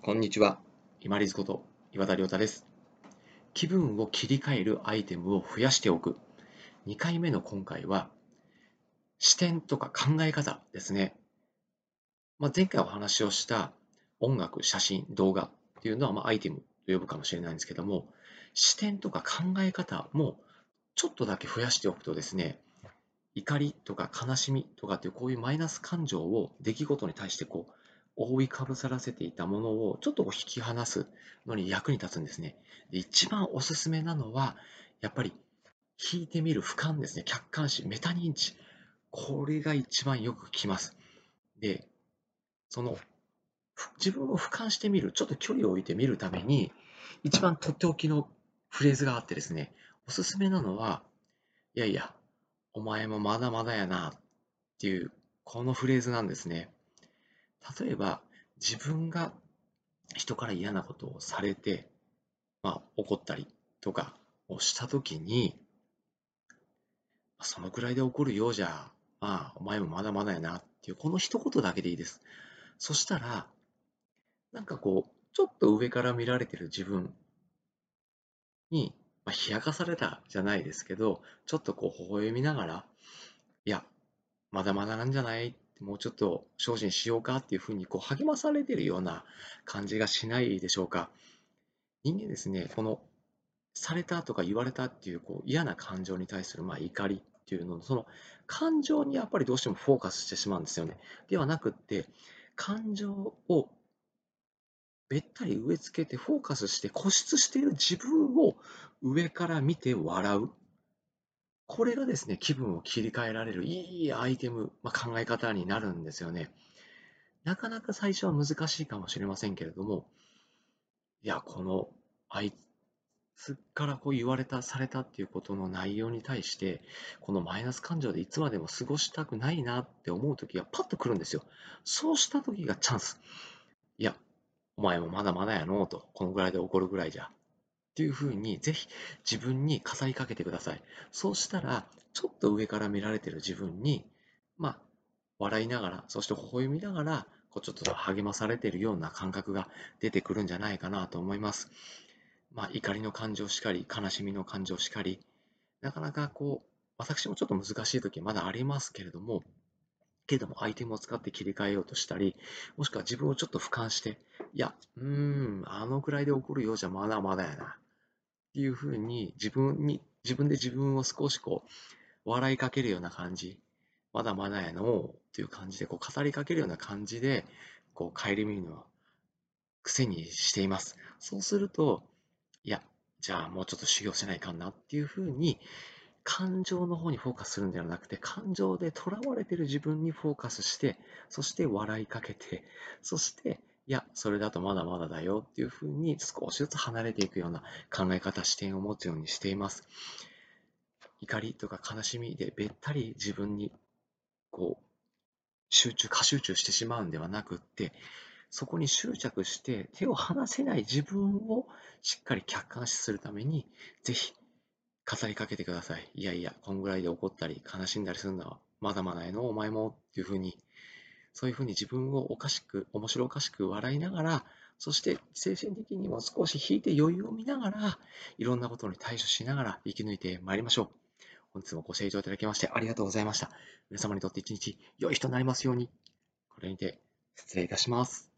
こんにちは。今立こと岩田亮太です。気分を切り替えるアイテムを増やしておく。2回目の今回は、視点とか考え方ですね。前回お話をした音楽、写真、動画っていうのはアイテムと呼ぶかもしれないんですけども、視点とか考え方もちょっとだけ増やしておくとですね、怒りとか悲しみとかっていうこういうマイナス感情を出来事に対して覆いかぶさらせていたものをちょっと引き離すのに役に立つんですね。で一番おすすめなのはやっぱり引いてみる俯瞰ですね。客観視、メタ認知。これが一番よくきます。で、その自分を俯瞰してみる、ちょっと距離を置いてみるために一番とっておきのフレーズがあってですね、おすすめなのは、いやいや、お前もまだまだやなっていう、このフレーズなんですね。例えば、自分が人から嫌なことをされて、怒ったりとかをしたときに、そのくらいで怒るようじゃ、お前もまだまだやなっていう、この一言だけでいいです。そしたら、ちょっと上から見られてる自分に、冷やかされたじゃないですけど、ちょっと微笑みながら、いや、まだまだなんじゃない、もうちょっと精進しようかっていうふうに励まされているような感じがしないでしょうか。人間ですね、このされたとか言われたっていう嫌な感情に対する怒りっていうのの、その感情にやっぱりどうしてもフォーカスしてしまうんですよね。ではなくって、感情をべったり植え付けてフォーカスして固執している自分を上から見て笑う。これがですね、気分を切り替えられるいいアイテム、考え方になるんですよね。なかなか最初は難しいかもしれませんけれども、いや、このあいつから言われた、されたっていうことの内容に対して、このマイナス感情でいつまでも過ごしたくないなって思う時がパッと来るんですよ。そうした時がチャンス。いや、お前もまだまだやのうと、このぐらいで怒るぐらいじゃ。っていうふうに、ぜひ自分に語りかけてください。そうしたら、ちょっと上から見られてる自分に、まあ、笑いながら、そして微笑みながら、ちょっと励まされているような感覚が出てくるんじゃないかなと思います。怒りの感情しかり、悲しみの感情しかり、なかなか私もちょっと難しい時まだありますけれども、アイテムを使って切り替えようとしたり、もしくは自分をちょっと俯瞰して、いや、あのくらいで起こるようじゃまだまだやな、っていうふうに自分で自分を少し笑いかけるような感じ、まだまだやのっていう感じで、語りかけるような感じで、顧みるのは癖にしています。そうすると、いや、じゃあもうちょっと修行せないかんなっていうふうに、感情の方にフォーカスするんではなくて、感情で囚われている自分にフォーカスして、そして笑いかけて、そして、いや、それだとまだまだだよっていうふうに少しずつ離れていくような考え方、視点を持つようにしています。怒りとか悲しみでべったり自分にこう過集中してしまうんではなくって、そこに執着して手を離せない自分をしっかり客観視するために、ぜひ語りかけてください。いやいや、こんぐらいで怒ったり悲しんだりするのはまだまだやの、お前もっていうふうに、そういうふうに自分を面白おかしく笑いながら、そして精神的にも少し引いて余裕を見ながら、いろんなことに対処しながら生き抜いてまいりましょう。本日もご清聴いただきましてありがとうございました。皆様にとって一日良い日となりますように。これにて失礼いたします。